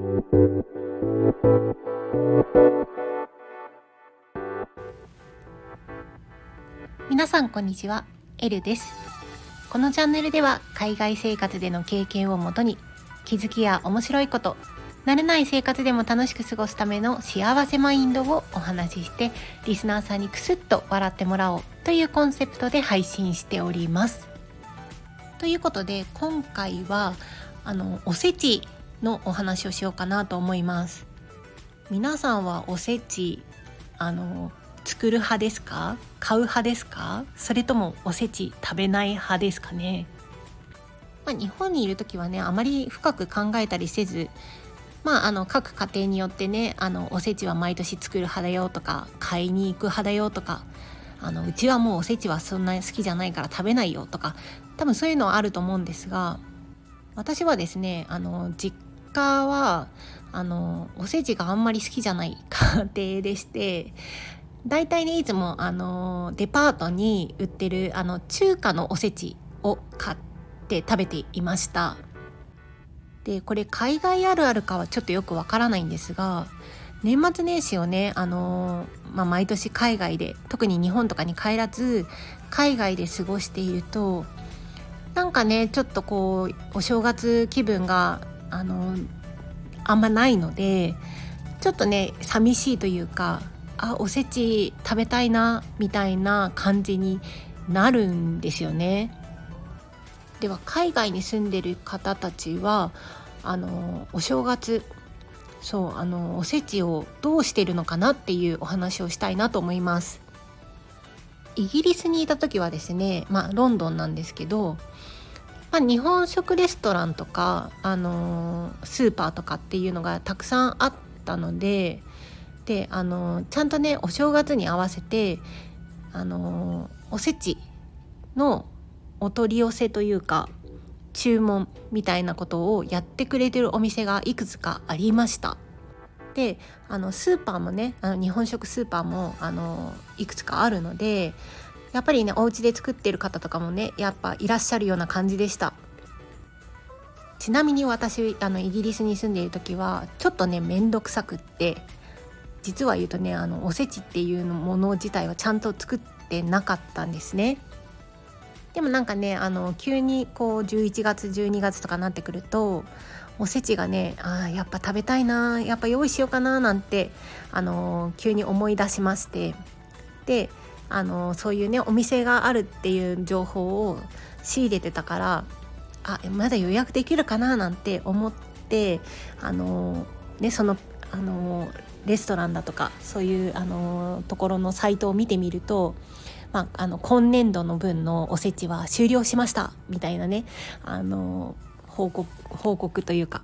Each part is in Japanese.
皆さんこんにちは、エルです。このチャンネルでは海外生活での経験をもとに気づきや面白いこと、慣れない生活でも楽しく過ごすための幸せマインドをお話しして、リスナーさんにクスッと笑ってもらおうというコンセプトで配信しております。ということで今回はおせちのお話をしようかなと思います。皆さんはおせち作る派ですか？買う派ですか？それともおせち食べない派ですかね？日本にいるときはね、あまり深く考えたりせず、各家庭によってね、おせちは毎年作る派だよとか、買いに行く派だよとか、うちはもうおせちはそんなに好きじゃないから食べないよとか、多分そういうのはあると思うんですが、私はですね、実家はおせちがあんまり好きじゃない家庭でして、だいたいねいつもデパートに売ってる中華のおせちを買って食べていました。でこれ海外あるあるかはちょっとよくわからないんですが、年末年始をね毎年海外で、特に日本とかに帰らず海外で過ごしていると、なんかねちょっとこうお正月気分があんまないので、ちょっとね寂しいというか、おせち食べたいなみたいな感じになるんですよね。では海外に住んでる方たちはお正月おせちをどうしてるのかなっていうお話をしたいなと思います。イギリスにいた時はですね、ロンドンなんですけど、日本食レストランとか、スーパーとかっていうのがたくさんあったので、ちゃんとねお正月に合わせておせちのお取り寄せというか注文みたいなことをやってくれてるお店がいくつかありました。でスーパーもね日本食スーパーもいくつかあるので、やっぱりねお家で作ってる方とかもねやっぱいらっしゃるような感じでした。ちなみに私イギリスに住んでいる時はちょっとねめんどくさくって、実は言うとねおせちっていうもの自体はちゃんと作ってなかったんですね。でもなんかね急にこう11月12月とかなってくると、おせちがねやっぱ食べたいな、やっぱ用意しようかななんて急に思い出しまして、でそういうねお店があるっていう情報を仕入れてたから、まだ予約できるかななんて思ってそのレストランだとかそういうところのサイトを見てみると、今年度の分のおせちは終了しましたみたいなね報告というか、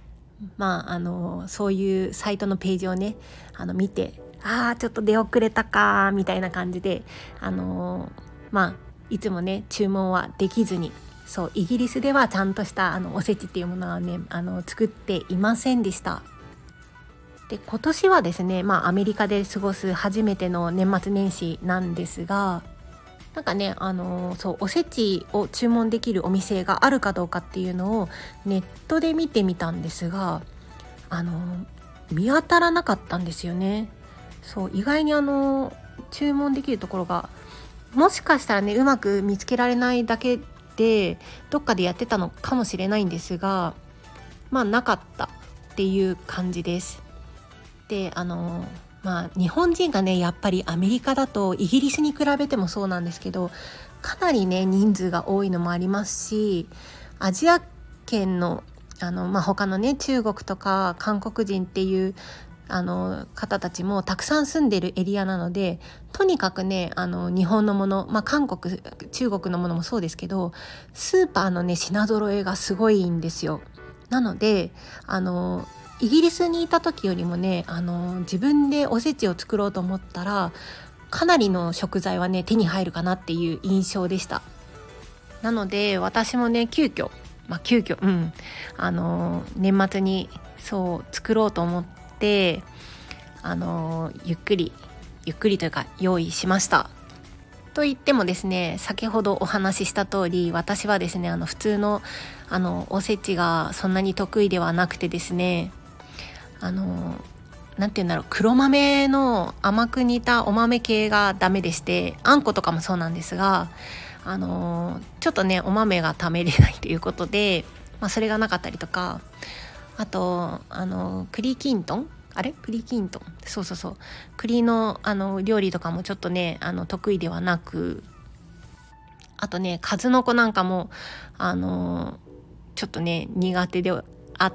そういうサイトのページをね見て、ちょっと出遅れたかみたいな感じでいつもね注文はできずに、イギリスではちゃんとしたおせちっていうものはね作っていませんでした。で今年はですね、アメリカで過ごす初めての年末年始なんですが、なんかねおせちを注文できるお店があるかどうかっていうのをネットで見てみたんですが、見当たらなかったんですよね。意外に注文できるところがもしかしたらねうまく見つけられないだけでどっかでやってたのかもしれないんですが、なかったっていう感じです。で日本人がねやっぱりアメリカだとイギリスに比べてもそうなんですけど、かなりね人数が多いのもありますし、アジア圏の他のね中国とか韓国人っていう方たちもたくさん住んでるエリアなので、とにかくね日本のもの、韓国中国のものもそうですけど、スーパーのね品揃えがすごいんですよ。なのでイギリスにいた時よりもね自分でおせちを作ろうと思ったらかなりの食材はね手に入るかなっていう印象でした。なので私もね急遽、年末に作ろうと思ってゆっくりというか用意しました。と言ってもですね、先ほどお話しした通り、私はですね普通のおせちがそんなに得意ではなくてですね、 なんて言うんだろう、黒豆の甘く煮たお豆系がダメでして、あんことかもそうなんですが、ちょっとねお豆が食べれないということで、それがなかったりとか、あと栗きんとん、栗きんとん、そう栗の料理とかもちょっとね得意ではなく、あとね数の子なんかもちょっとね苦手であって、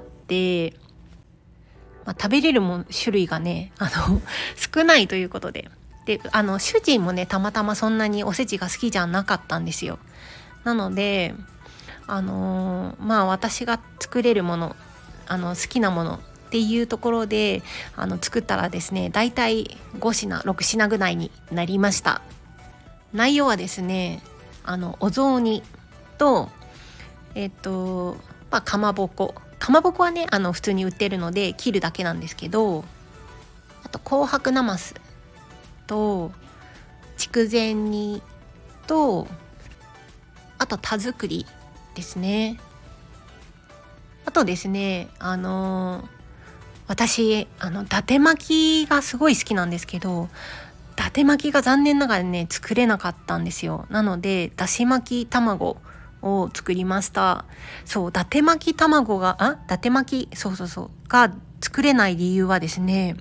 食べれる種類がね少ないということで、主人もねたまたまそんなにおせちが好きじゃなかったんですよ。なので私が作れるもの、好きなものっていうところで作ったらですね、だいたい5品6品ぐらいになりました。内容はですね、お雑煮とかまぼこはね普通に売ってるので切るだけなんですけど、あと紅白なますと筑前煮と、あと田作りですね。あとですね私伊達巻きがすごい好きなんですけど、伊達巻きが残念ながらね作れなかったんですよ。なのでだし巻き卵を作りました。そう、伊達巻き卵が伊達巻きが作れない理由はですね、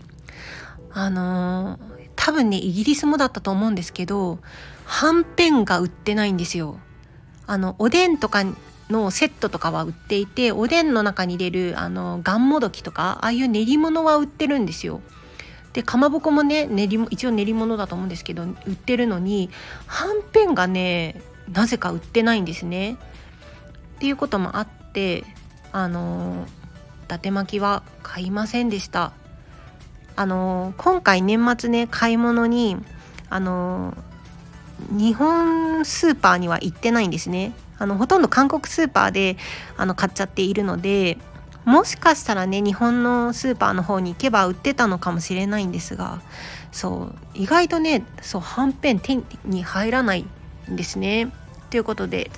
多分ねイギリスもだったと思うんですけど、はんぺんが売ってないんですよ。おでんとかのセットとかは売っていて、おでんの中に入れるがんもどきとかああいう練り物は売ってるんですよ。でかまぼこもね一応練り物だと思うんですけど売ってるのに、はんぺんがねなぜか売ってないんですね。っていうこともあって伊達巻きは買いませんでした。今回年末ね買い物に日本スーパーには行ってないんですね。ほとんど韓国スーパーで買っちゃっているので、もしかしたらね日本のスーパーの方に行けば売ってたのかもしれないんですが、意外とねはんぺん手に入らないんですね。ということで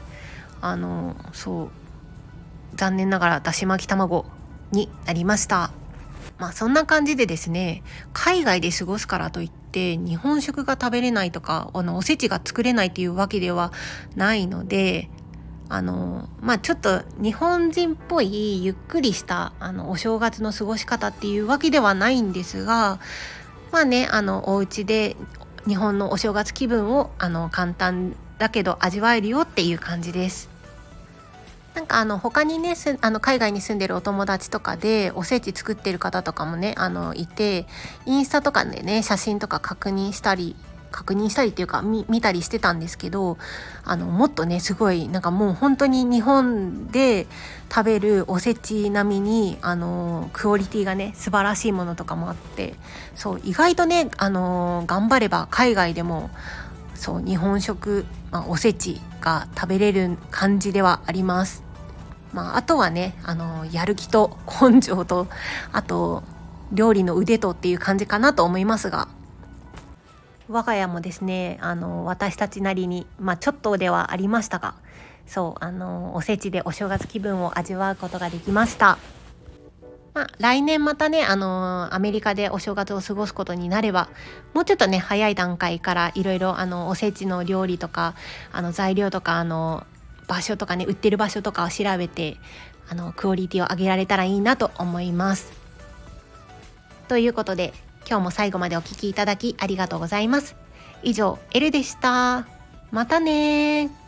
残念ながらだし巻き卵になりました。そんな感じでですね、海外で過ごすからといって日本食が食べれないとかおせちが作れないというわけではないので、ちょっと日本人っぽいゆっくりしたお正月の過ごし方っていうわけではないんですが、お家で日本のお正月気分を簡単だけど味わえるよっていう感じです。なんか他にね海外に住んでるお友達とかでおせち作ってる方とかもねいて、インスタとかでね写真とか確認したりっていうか見たりしてたんですけど、もっとねすごいなんかもう本当に日本で食べるおせち並みにクオリティがね素晴らしいものとかもあって、意外とね頑張れば海外でも日本食、おせちが食べれる感じではあります。あとはねやる気と根性と、あと料理の腕とっていう感じかなと思いますが、我が家もですね私たちなりにちょっとではありましたが、おせちでお正月気分を味わうことができました。来年またねアメリカでお正月を過ごすことになれば、もうちょっとね早い段階からいろいろおせちの料理とか材料とか場所とかね売ってる場所とかを調べてクオリティを上げられたらいいなと思います。ということで今日も最後までお聞きいただきありがとうございます。以上エルでした。またね。